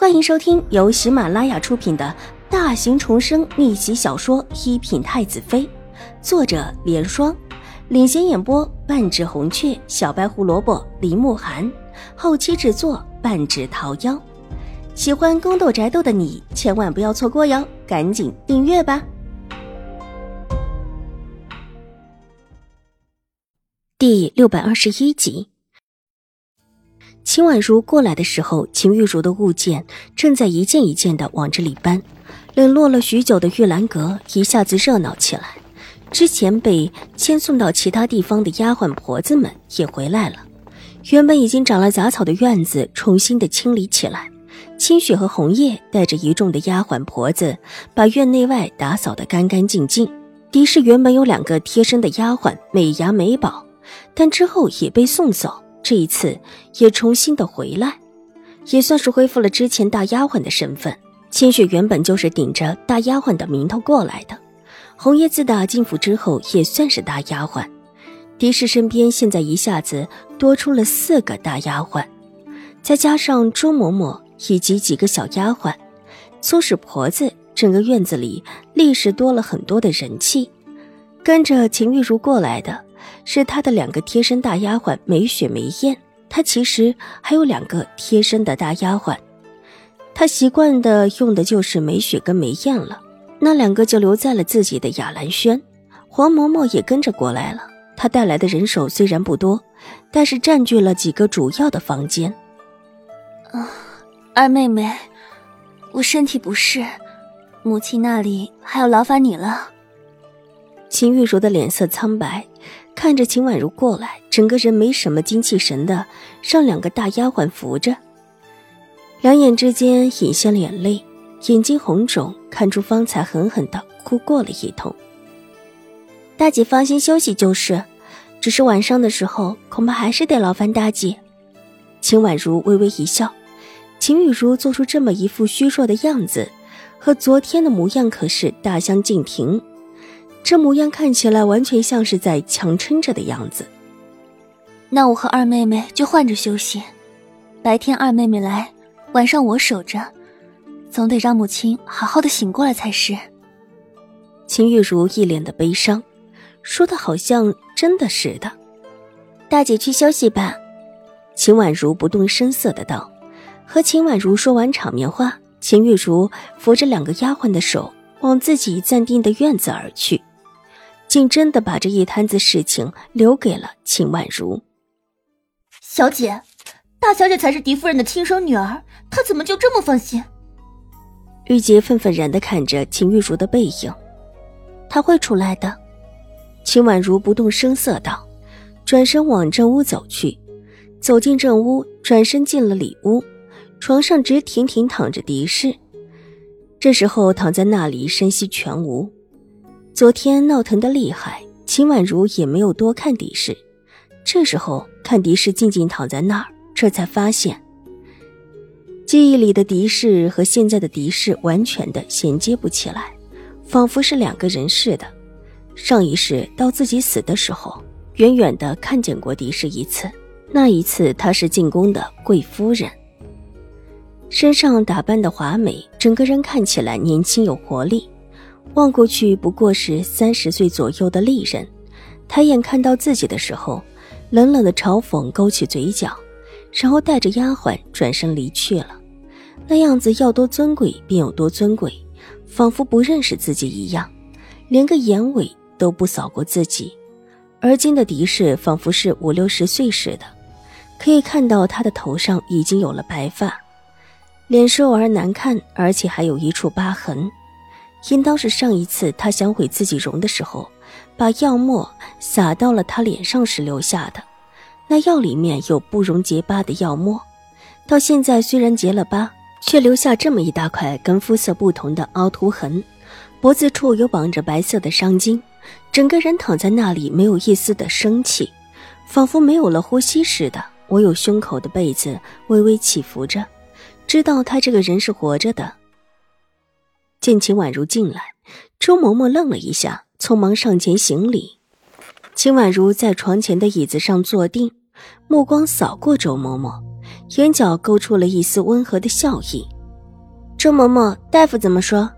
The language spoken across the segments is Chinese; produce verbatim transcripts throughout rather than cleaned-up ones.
欢迎收听由喜马拉雅出品的大型重生逆袭小说《一品太子妃》，作者莲霜，领衔演播半指红雀、小白胡萝卜、林慕寒，后期制作半指桃夭。喜欢宫斗宅斗的你千万不要错过哟，赶紧订阅吧。第六百二十一集。秦婉如过来的时候，秦玉茹的物件正在一件一件地往这里搬。冷落了许久的玉兰阁一下子热闹起来，之前被迁送到其他地方的丫鬟婆子们也回来了。原本已经长了杂草的院子重新的清理起来，清雪和红叶带着一众的丫鬟婆子把院内外打扫得干干净净。狄氏原本有两个贴身的丫鬟美牙美宝，但之后也被送走，这一次也重新的回来，也算是恢复了之前大丫鬟的身份。清雪原本就是顶着大丫鬟的名头过来的，红叶自打进府之后也算是大丫鬟。狄氏身边现在一下子多出了四个大丫鬟，再加上周嬷嬷以及几个小丫鬟，粗使婆子，整个院子里立时多了很多的人气。跟着秦玉茹过来的是她的两个贴身大丫鬟美雪梅燕，她其实还有两个贴身的大丫鬟，她习惯的用的就是美雪跟梅燕了，那两个就留在了自己的雅兰轩。黄嬷嬷也跟着过来了，她带来的人手虽然不多，但是占据了几个主要的房间。 啊，二妹妹，我身体不适，母亲那里还要劳烦你了。 秦玉茹的脸色苍白，看着秦婉如过来，整个人没什么精气神的，让两个大丫鬟扶着，两眼之间隐现了眼泪，眼睛红肿，看出方才狠狠地哭过了一通。大姐放心休息就是，只是晚上的时候恐怕还是得劳烦大姐。秦婉如微微一笑，秦玉茹做出这么一副虚弱的样子，和昨天的模样可是大相径庭，这模样看起来完全像是在强撑着的样子。 那我和二妹妹就换着休息，白天二妹妹来，晚上我守着，总得让母亲好好的醒过来才是。 秦玉茹一脸的悲伤，说的好像真的是的。大姐去休息吧。秦婉如不动声色的道。和秦婉如说完场面话，秦玉茹扶着两个丫鬟的手往自己暂定的院子而去，竟真的把这一摊子事情留给了秦婉如。 小姐，大小姐才是狄夫人的亲生女儿，她怎么就这么放心？ 玉洁愤愤然地看着秦玉茹的背影。她会出来的。秦婉如不动声色道，转身往正屋走去。走进正屋，转身进了里屋，床上直挺挺躺着狄氏。这时候躺在那里声息全无。昨天闹腾得厉害，秦婉如也没有多看狄氏，这时候看狄氏静静躺在那儿，这才发现记忆里的狄氏和现在的狄氏完全的衔接不起来，仿佛是两个人似的。上一世到自己死的时候，远远的看见过狄氏一次，那一次她是进宫的贵夫人，身上打扮的华美，整个人看起来年轻有活力，望过去不过是三十岁左右的丽人。抬眼看到自己的时候，冷冷的嘲讽勾起嘴角，然后带着丫鬟转身离去了。那样子要多尊贵便有多尊贵，仿佛不认识自己一样，连个眼尾都不扫过自己。而今的狄氏仿佛是五六十岁似的，可以看到她的头上已经有了白发，脸瘦而难看，而且还有一处疤痕，应当是上一次她想毁自己容的时候，把药沫洒到了她脸上时留下的。那药里面有不容结疤的药沫，到现在虽然结了疤，却留下这么一大块跟肤色不同的凹凸痕，脖子处有绑着白色的伤筋，整个人躺在那里没有一丝的生气，仿佛没有了呼吸似的。我有胸口的被子微微起伏着，知道他这个人是活着的。见秦婉如进来，周嬷嬷愣了一下，匆忙上前行礼。秦婉如在床前的椅子上坐定，目光扫过周嬷嬷，眼角勾出了一丝温和的笑意。 周嬷嬷，大夫怎么说？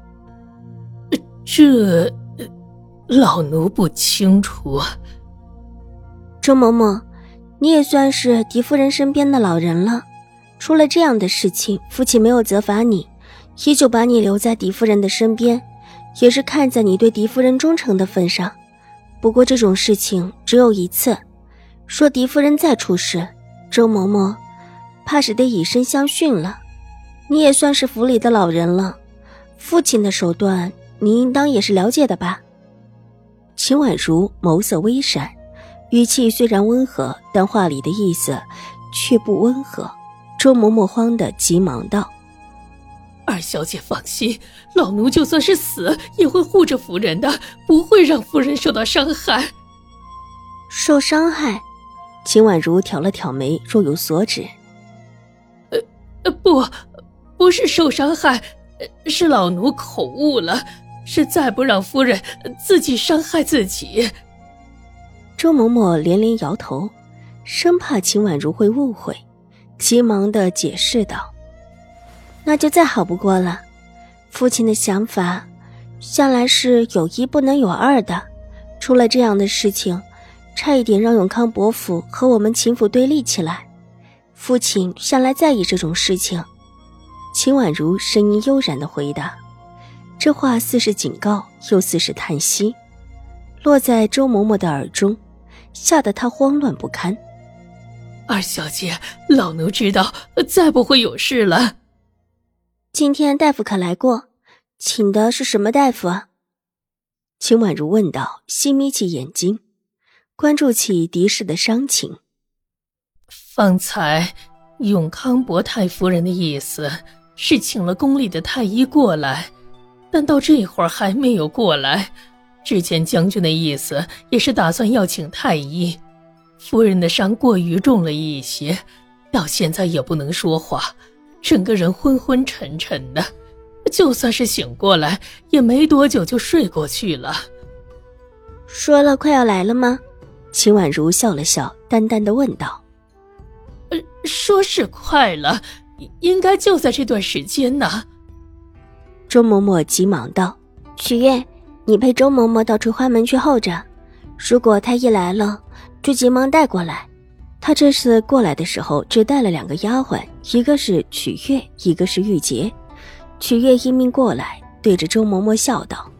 这老奴不清楚。 周嬷嬷，你也算是狄夫人身边的老人了，出了这样的事情，父亲没有责罚你，依旧把你留在狄夫人的身边，也是看在你对狄夫人忠诚的份上。不过这种事情只有一次，说狄夫人再出事，周嬷嬷怕是得以身相训了。你也算是府里的老人了，父亲的手段你应当也是了解的吧？秦婉如眸色微闪，语气虽然温和，但话里的意思却不温和。周嬷嬷慌得急忙道： 二小姐放心，老奴就算是死也会护着夫人的，不会让夫人受到伤害。 受伤害？秦婉如挑了挑眉，若有所指。 呃呃不不是受伤害，是老奴口误了，是再不让夫人自己伤害自己。 周嬷嬷连连摇头，生怕秦婉如会误会，急忙地解释道：那就再好不过了，父亲的想法向来是有一不能有二的，出了这样的事情，差一点让永康伯府和我们秦府对立起来，父亲向来在意这种事情。秦婉如声音悠然地回答，这话似是警告，又似是叹息，落在周嬷嬷的耳中，吓得她慌乱不堪。 二小姐，老奴知道再不会有事了。 今天大夫可来过，请的是什么大夫啊？秦婉如问道，细眯起眼睛，关注起狄氏的伤情。 方才永康伯太夫人的意思是请了宫里的太医过来，但到这会儿还没有过来。之前将军的意思也是打算要请太医，夫人的伤过于重了一些，到现在也不能说话，整个人昏昏沉沉的，就算是醒过来也没多久就睡过去了。 说了快要来了吗？秦婉如笑了笑，淡淡地问道。 呃，说是快了，应该就在这段时间呢。 周嬷嬷急忙道：曲月，你陪周嬷嬷到垂花门去候着，如果太医来了就急忙带过来。他这次过来的时候只带了两个丫鬟，一个是曲月，一个是玉洁。曲月应命过来，对着周嬷嬷笑道：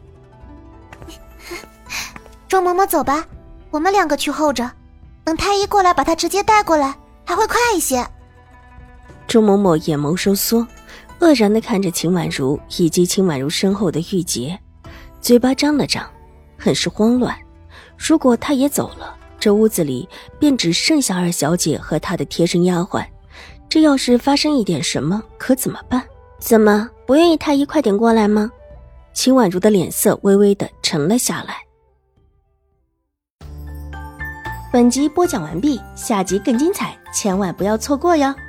周嬷嬷走吧，我们两个去候着，等太医过来把她直接带过来还会快一些。 周嬷嬷眼眸收缩，愕然地看着秦婉如以及秦婉如身后的玉洁，嘴巴张了张，很是慌乱。如果她也走了，这屋子里便只剩下二小姐和她的贴身丫鬟，这要是发生一点什么，可怎么办？怎么不愿意太医快点过来吗？秦婉如的脸色微微地沉了下来。本集播讲完毕，下集更精彩，千万不要错过哟。